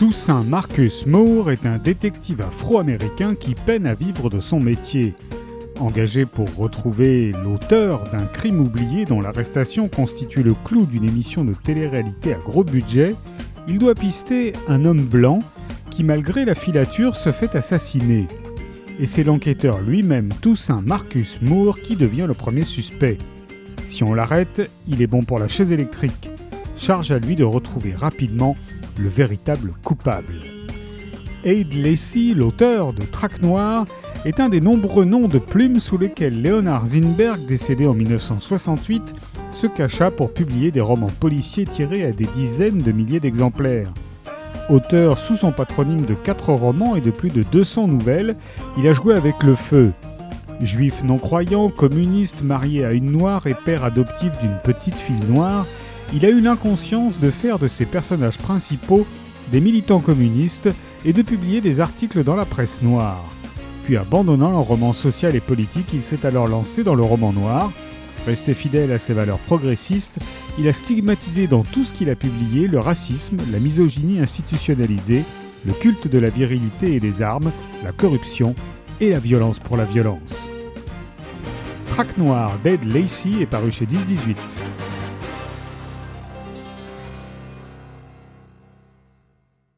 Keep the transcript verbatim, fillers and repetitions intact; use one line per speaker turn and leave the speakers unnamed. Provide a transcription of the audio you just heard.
Toussaint Marcus Moore est un détective afro-américain qui peine à vivre de son métier. Engagé pour retrouver l'auteur d'un crime oublié dont l'arrestation constitue le clou d'une émission de télé-réalité à gros budget, il doit pister un homme blanc qui, malgré la filature, se fait assassiner. Et c'est l'enquêteur lui-même, Toussaint Marcus Moore, qui devient le premier suspect. Si on l'arrête, il est bon pour la chaise électrique. Charge à lui de retrouver rapidement le véritable coupable. Ade Lacey, l'auteur de Traque Noire, est un des nombreux noms de plumes sous lesquels Leonard Zinberg, décédé en dix-neuf cent soixante-huit, se cacha pour publier des romans policiers tirés à des dizaines de milliers d'exemplaires. Auteur sous son patronyme de quatre romans et de plus de deux cents nouvelles, il a joué avec le feu. Juif non-croyant, communiste, marié à une noire et père adoptif d'une petite fille noire, il a eu l'inconscience de faire de ses personnages principaux des militants communistes et de publier des articles dans la presse noire. Puis abandonnant un roman social et politique, il s'est alors lancé dans le roman noir. Resté fidèle à ses valeurs progressistes, il a stigmatisé dans tout ce qu'il a publié le racisme, la misogynie institutionnalisée, le culte de la virilité et des armes, la corruption et la violence pour la violence. Traque Noire d'Ade Lacey est paru chez dix dix-huit.